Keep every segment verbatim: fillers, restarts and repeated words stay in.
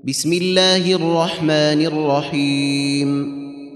بسم الله الرحمن الرحيم.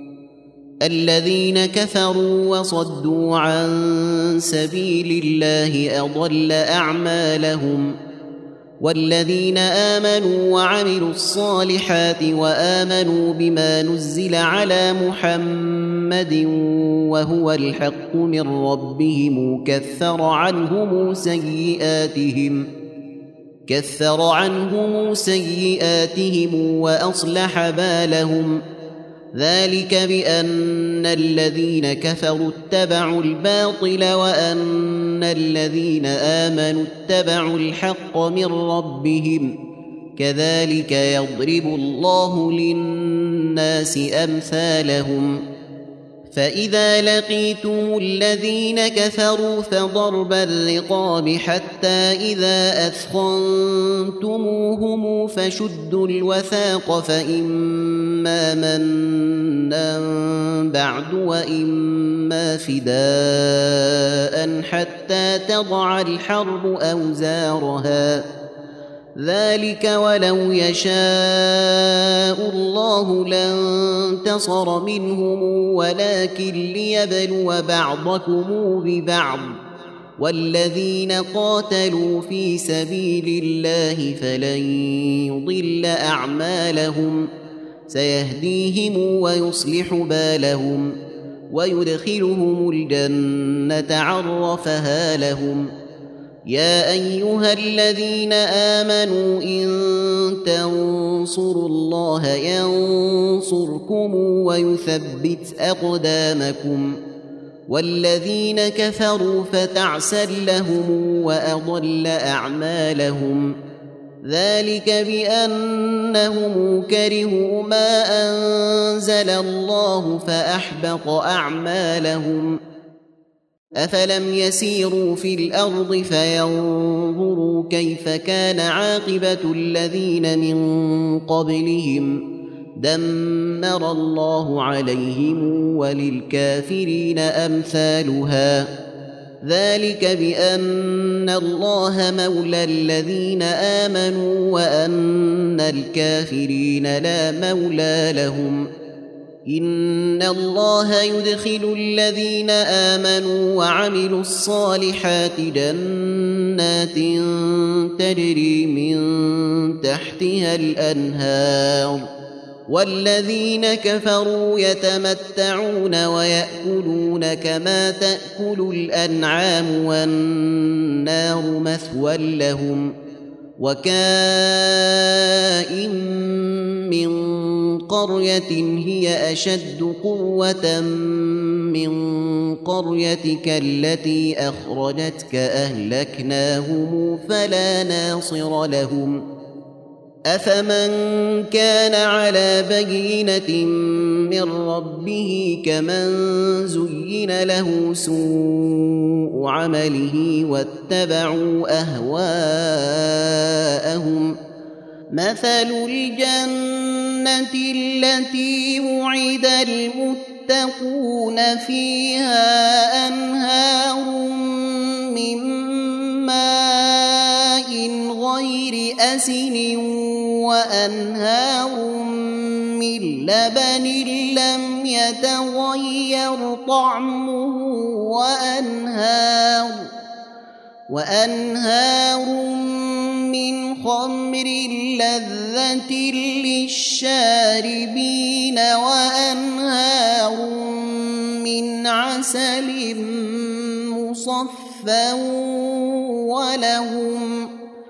الذين كفروا وصدوا عن سبيل الله أضل أعمالهم، والذين آمنوا وعملوا الصالحات وآمنوا بما نزل على محمد وهو الحق من ربهم كفر عنهم سيئاتهم كفر عنهم سيئاتهم وأصلح بالهم، ذلك بأن الذين كفروا اتبعوا الباطل وأن الذين آمنوا اتبعوا الحق من ربهم، كذلك يضرب الله للناس أمثالهم. فإذا لقيتم الذين كفروا فضرب الرقاب حتى إذا أثخنتموهم فشدوا الوثاق، فإما منا بعد وإما فداء حتى تضع الحرب أوزارها، ذلك ولو يشاء الله لانتصر منهم ولكن ليبلو بعضكم ببعض، والذين قاتلوا في سبيل الله فلن يضل أعمالهم، سيهديهم ويصلح بالهم ويدخلهم الجنة عرفها لهم. يا أيها الذين آمنوا إن تنصروا الله ينصركم ويثبت أقدامكم، والذين كفروا فتعسا لهم وأضل أعمالهم، ذلك بأنهم كرهوا ما أنزل الله فأحبط أعمالهم. أفلم يسيروا في الأرض فينظروا كيف كان عاقبة الذين من قبلهم، دمر الله عليهم وللكافرين أمثالها، ذلك بأن الله مولى الذين آمنوا وأن الكافرين لا مولى لهم. إن الله يدخل الذين آمنوا وعملوا الصالحات جنات تجري من تحتها الأنهار، والذين كفروا يتمتعون ويأكلون كما تأكل الأنعام والنار مثوى لهم. وكائن من قرية هي أشد قوة من قريتك التي أخرجتك أهلكناهم فلا ناصر لهم. أفمن كان على بينة من ربه كمن زين له سوء عمله واتبعوا أهواءهم. مثل الجنة التي وعد المتقون فيها أنهار من ماء غير أسن وأنهار من لبن لم يتغير طعمه وأنهار وأنهار من خمر لذة للشاربين وأنهار من عسل مصفى ولهم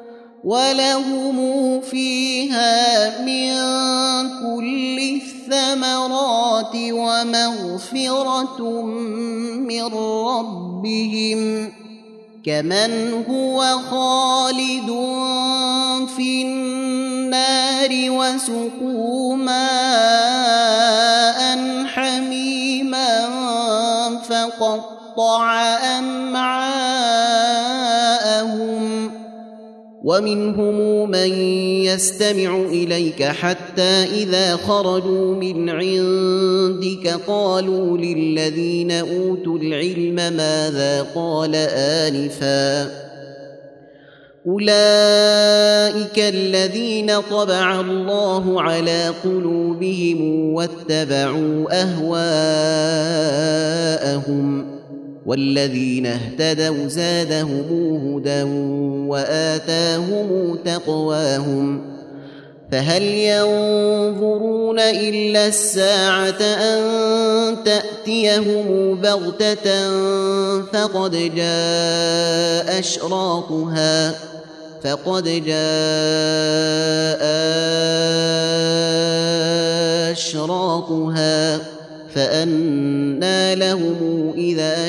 ولهم فيها من كل الثمرات ومغفرة من ربهم، كمن هو خالد في النار وسقوا ماء حميما فقطع أمعاءهم. ومنهم من يستمع إليك حتى إذا خرجوا من عندك قالوا للذين أوتوا العلم ماذا قال آنفا أولئك الذين طبع الله على قلوبهم واتبعوا أهواءهم والذين اهتدوا زادهم هدى وآتاهم تقواهم فهل ينظرون إلا الساعة أن تأتيهم بغتة فقد جاء أشراطها فقد جاء أشراطها فأنى لهم إذا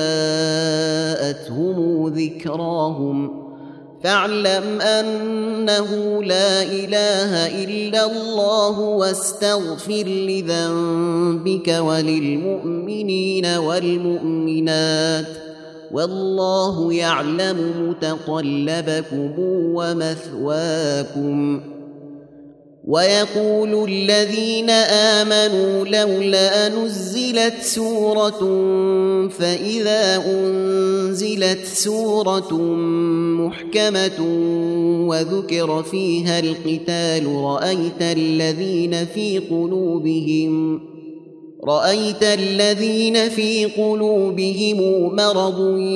جاءتهم ذكراهم فاعلم أنه لا إله إلا الله واستغفر لذنبك وللمؤمنين والمؤمنات والله يعلم متقلبكم ومثواكم ويقول الذين آمنوا لولا نزلت سورة فإذا أنزلت سورة محكمة وذكر فيها القتال رأيت الذين في قلوبهم رأيت الذين في قلوبهم مرض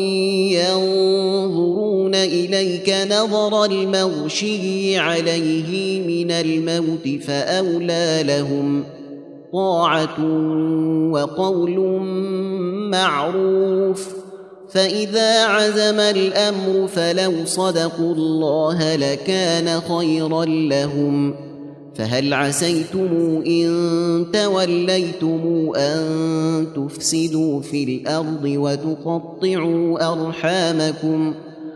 ينظرون إليك نظر المغشي عليه من الموت فأولى لهم طاعة وقول معروف فإذا عزم الأمر فلو صدقوا الله لكان خيرا لهم فهل عسيتم إن توليتم أن تفسدوا في الأرض وتقطعوا أرحامكم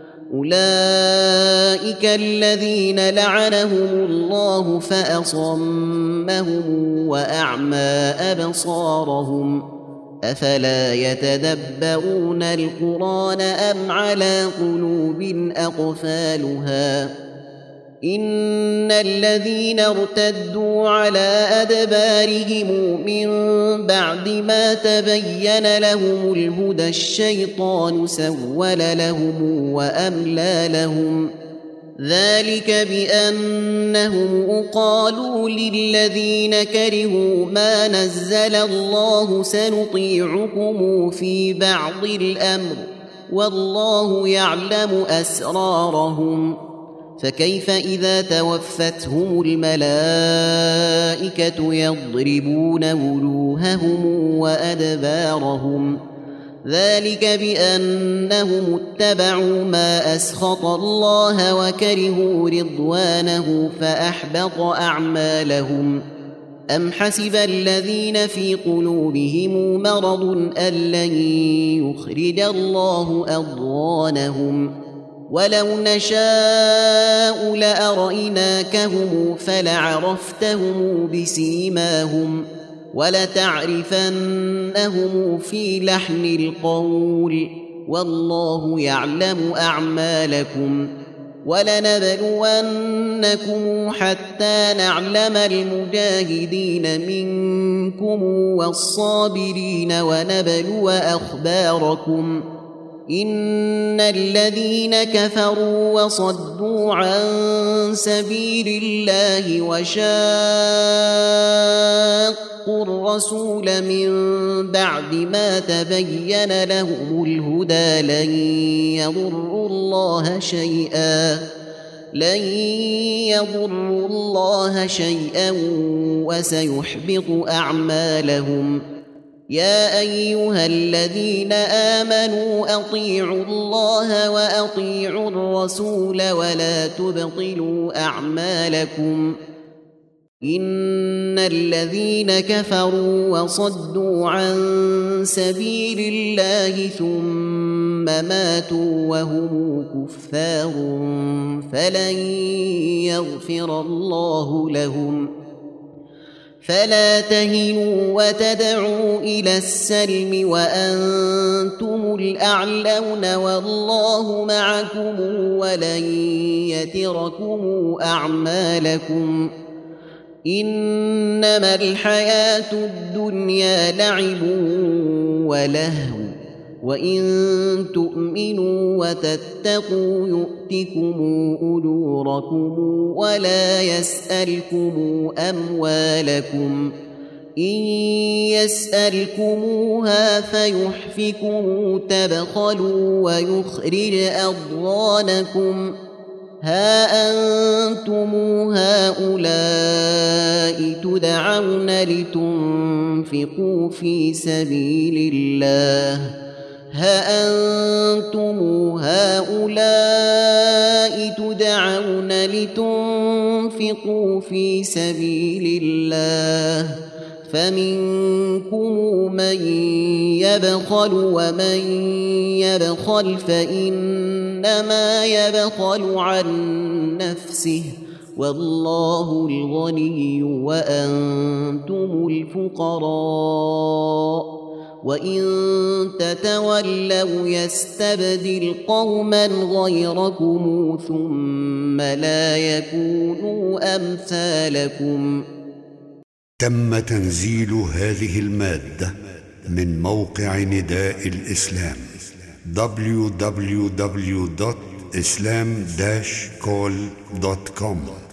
أولئك الذين لعنهم الله فأصمهم وأعمى أبصارهم أفلا يتدبرون القرآن أم على قلوب أقفالها إن الذين ارتدوا على أدبارهم من بعد ما تبين لهم الهدى الشيطان سول لهم وأملى لهم ذلك بأنهم قالوا للذين كرهوا ما نزل الله سنطيعكم في بعض الأمر والله يعلم أسرارهم فكيف إذا توفتهم الملائكة يضربون وجوههم وأدبارهم ذلك بأنهم اتبعوا ما أسخط الله وكرهوا رضوانه فأحبط أعمالهم أم حسب الذين في قلوبهم مرض أن لن يخرج الله أضغانهم ولو نشاء لأريناكهم فلعرفتهم بسيماهم ولتعرفنهم في لحن القول والله يعلم أعمالكم ولنبلونكم حتى نعلم المجاهدين منكم والصابرين ونبلو أخباركم إن الذين كفروا وصدوا عن سبيل الله وشاقوا الرسول من بعد ما تبين لهم الهدى لن يضروا الله شيئا لن يضروا الله شيئا وسيحبط أعمالهم يا أيها الذين آمنوا أطيعوا الله وأطيعوا الرسول ولا تبطلوا أعمالكم إن الذين كفروا وصدوا عن سبيل الله ثم ماتوا وهم كفار فلن يغفر الله لهم فلا تهنوا وتدعوا إلى السلم وأنتم الأعلون والله معكم ولن يتركم أعمالكم إنما الحياة الدنيا لعب ولهو وإن تؤمنوا وتتقوا يؤتكم أجوركم ولا يسألكم أموالكم إن يسألكموها فيحفكم تبخلوا ويخرج أضغانكم ها أنتم هؤلاء تدعون لتنفقوا في سبيل الله ها أنتم هؤلاء تدعون لتنفقوا في سبيل الله فمنكم من يبخل ومن يبخل فإنما يبخل عن نفسه والله الغني وأنتم الفقراء وإن تتولوا يستبدل قوما غيركم ثم لا يكونوا أمثالكم. تم تنزيل هذه المادة من موقع نداء الإسلام دبليو دبليو دبليو دوت إسلام داش كول دوت كوم.